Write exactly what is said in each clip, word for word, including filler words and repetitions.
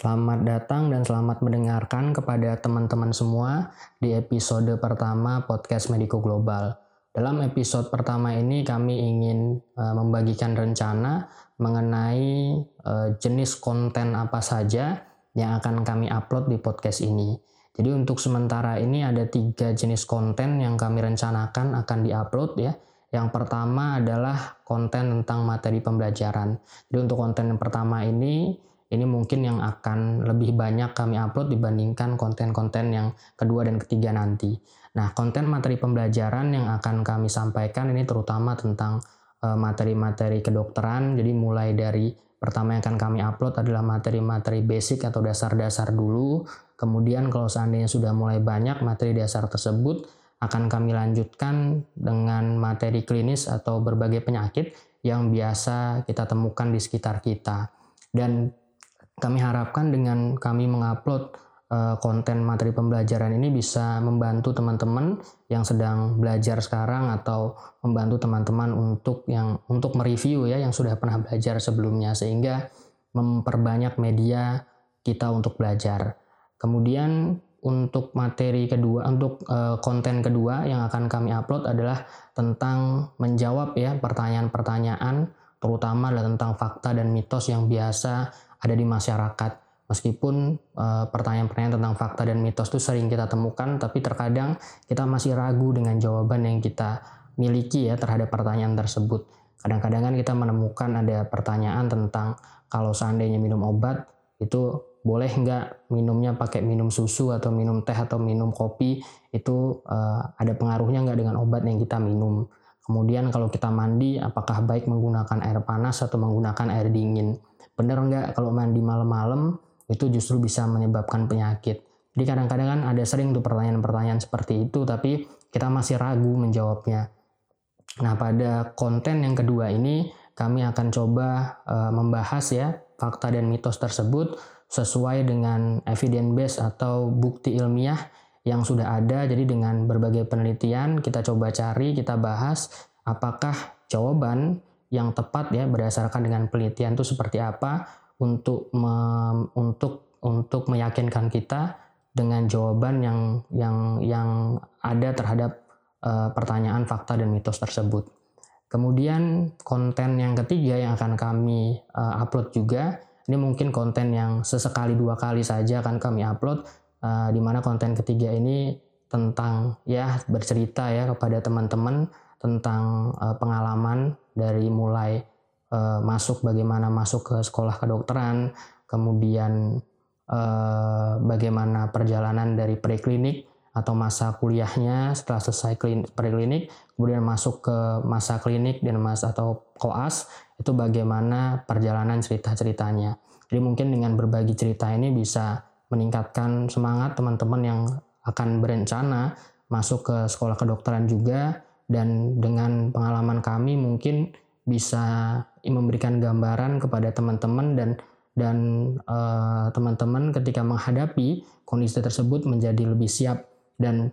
Selamat datang dan selamat mendengarkan kepada teman-teman semua di episode pertama Podcast Mediko Global. Dalam episode pertama ini kami ingin uh, membagikan rencana mengenai uh, jenis konten apa saja yang akan kami upload di podcast ini. Jadi untuk sementara ini ada tiga jenis konten yang kami rencanakan akan diupload ya. Yang pertama adalah konten tentang materi pembelajaran. Jadi untuk konten yang pertama ini Ini mungkin yang akan lebih banyak kami upload dibandingkan konten-konten yang kedua dan ketiga nanti. Nah, konten materi pembelajaran yang akan kami sampaikan ini terutama tentang uh, materi-materi kedokteran. Jadi mulai dari pertama yang akan kami upload adalah materi-materi basic atau dasar-dasar dulu. Kemudian kalau seandainya sudah mulai banyak materi dasar tersebut, akan kami lanjutkan dengan materi klinis atau berbagai penyakit yang biasa kita temukan di sekitar kita. Dan kami harapkan dengan kami mengupload uh, konten materi pembelajaran ini bisa membantu teman-teman yang sedang belajar sekarang atau membantu teman-teman untuk yang untuk mereview ya yang sudah pernah belajar sebelumnya sehingga memperbanyak media kita untuk belajar. Kemudian untuk materi kedua, untuk uh, konten kedua yang akan kami upload adalah tentang menjawab ya pertanyaan-pertanyaan, terutama adalah tentang fakta dan mitos yang biasa ada di masyarakat. Meskipun uh, pertanyaan-pertanyaan tentang fakta dan mitos itu sering kita temukan, tapi terkadang kita masih ragu dengan jawaban yang kita miliki ya terhadap pertanyaan tersebut. Kadang-kadang kan kita menemukan ada pertanyaan tentang kalau seandainya minum obat itu boleh nggak minumnya pakai minum susu atau minum teh atau minum kopi, itu uh, ada pengaruhnya nggak dengan obat yang kita minum. Kemudian kalau kita mandi, apakah baik menggunakan air panas atau menggunakan air dingin? Benar nggak kalau mandi malam-malam itu justru bisa menyebabkan penyakit? Jadi kadang-kadang kan ada sering tuh pertanyaan-pertanyaan seperti itu, tapi kita masih ragu menjawabnya. Nah, pada konten yang kedua ini kami akan coba uh, membahas ya fakta dan mitos tersebut sesuai dengan evidence base atau bukti ilmiah yang sudah ada. Jadi dengan berbagai penelitian kita coba cari, kita bahas apakah jawaban yang tepat ya berdasarkan dengan penelitian itu seperti apa untuk me, untuk untuk meyakinkan kita dengan jawaban yang yang yang ada terhadap uh, pertanyaan fakta dan mitos tersebut. Kemudian konten yang ketiga yang akan kami uh, upload juga, ini mungkin konten yang sesekali dua kali saja akan kami upload, uh, di mana konten ketiga ini tentang ya bercerita ya kepada teman-teman tentang uh, pengalaman dari mulai uh, masuk bagaimana masuk ke sekolah kedokteran, kemudian uh, bagaimana perjalanan dari preklinik atau masa kuliahnya setelah selesai klinik, preklinik, kemudian masuk ke masa klinik dan masa atau koas, itu bagaimana perjalanan cerita-ceritanya. Jadi mungkin dengan berbagi cerita ini bisa meningkatkan semangat teman-teman yang akan berencana masuk ke sekolah kedokteran juga. Dan dengan pengalaman kami mungkin bisa memberikan gambaran kepada teman-teman dan dan uh, teman-teman ketika menghadapi kondisi tersebut menjadi lebih siap dan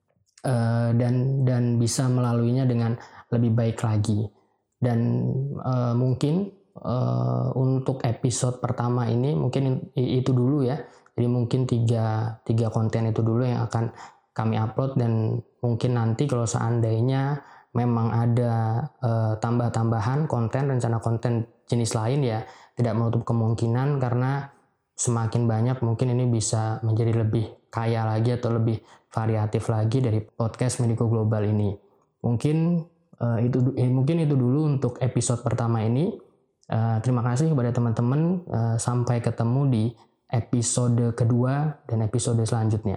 uh, dan dan bisa melaluinya dengan lebih baik lagi. Dan uh, mungkin uh, untuk episode pertama ini mungkin itu dulu ya. Jadi mungkin tiga tiga konten itu dulu yang akan kami upload, dan mungkin nanti kalau seandainya memang ada uh, tambah-tambahan konten, rencana konten jenis lain ya tidak menutup kemungkinan, karena semakin banyak mungkin ini bisa menjadi lebih kaya lagi atau lebih variatif lagi dari podcast Mediko Global ini. Mungkin uh, itu eh, mungkin itu dulu untuk episode pertama ini. Uh, terima kasih kepada teman-teman. Uh, sampai ketemu di episode kedua dan episode selanjutnya.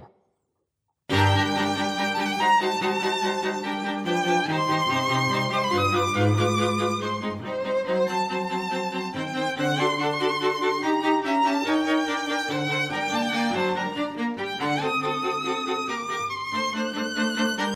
Thank you.